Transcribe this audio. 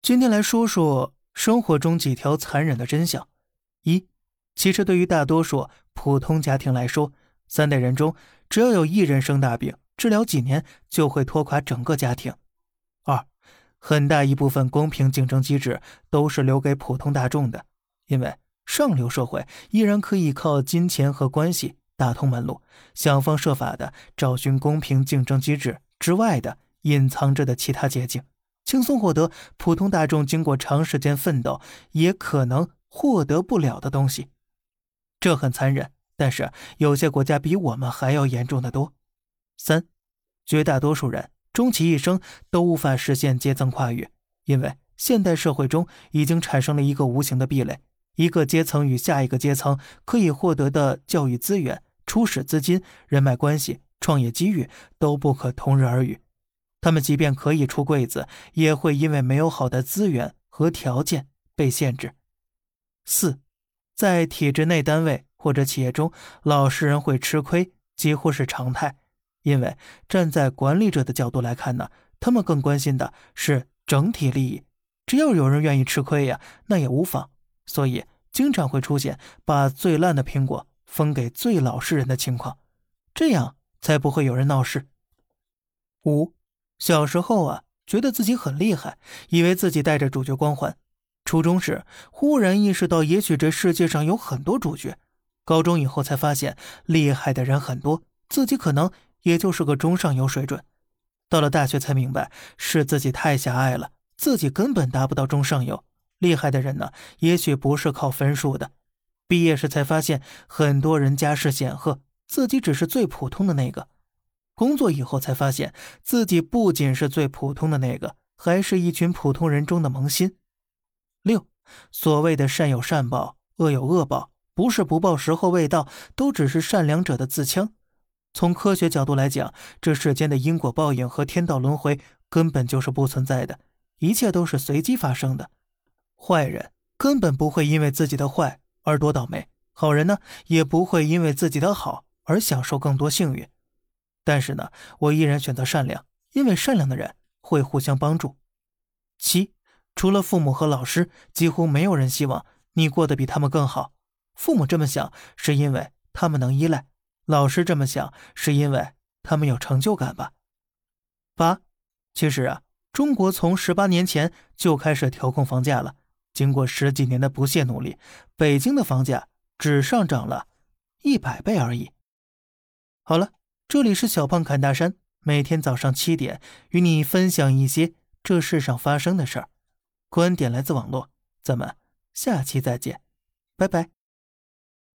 今天来说说生活中几条残忍的真相。一，其实对于大多数普通家庭来说，3代人中只要有一人生大病，治疗几年就会拖垮整个家庭。二，很大一部分公平竞争机制都是留给普通大众的，因为上流社会依然可以靠金钱和关系打通门路，想方设法的找寻公平竞争机制之外的隐藏着的其他捷径，轻松获得普通大众经过长时间奋斗也可能获得不了的东西。这很残忍，但是有些国家比我们还要严重的多。三，绝大多数人终其一生都无法实现阶层跨越，因为现代社会中已经产生了一个无形的壁垒，一个阶层与下一个阶层可以获得的教育资源、初始资金、人脉关系、创业机遇都不可同日而语。他们即便可以出柜子，也会因为没有好的资源和条件被限制。四，在体制内单位或者企业中，老实人会吃亏几乎是常态，因为站在管理者的角度来看呢，他们更关心的是整体利益，只要有人愿意吃亏呀，那也无妨，所以经常会出现把最烂的苹果分给最老实人的情况，这样才不会有人闹事。五，小时候啊，觉得自己很厉害，以为自己带着主角光环。初中时忽然意识到也许这世界上有很多主角，高中以后才发现厉害的人很多，自己可能也就是个中上游水准。到了大学才明白是自己太狭隘了，自己根本达不到中上游，厉害的人呢，也许不是靠分数的。毕业时才发现很多人家世显赫，自己只是最普通的那个。工作以后才发现自己不仅是最普通的那个，还是一群普通人中的萌新。六，所谓的善有善报，恶有恶报，不是不报时候未到，都只是善良者的自戕。从科学角度来讲，这世间的因果报应和天道轮回根本就是不存在的，一切都是随机发生的。坏人根本不会因为自己的坏而多倒霉，好人呢，也不会因为自己的好而享受更多幸运。但是呢，我依然选择善良，因为善良的人会互相帮助。七，除了父母和老师，几乎没有人希望你过得比他们更好。父母这么想是因为他们能依赖，老师这么想是因为他们有成就感吧。八，其实啊，中国从18年前就开始调控房价了，经过10几年的不懈努力，北京的房价只上涨了100倍而已。好了，这里是小胖侃大山，每天早上7点与你分享一些这世上发生的事儿，观点来自网络，咱们下期再见，拜拜。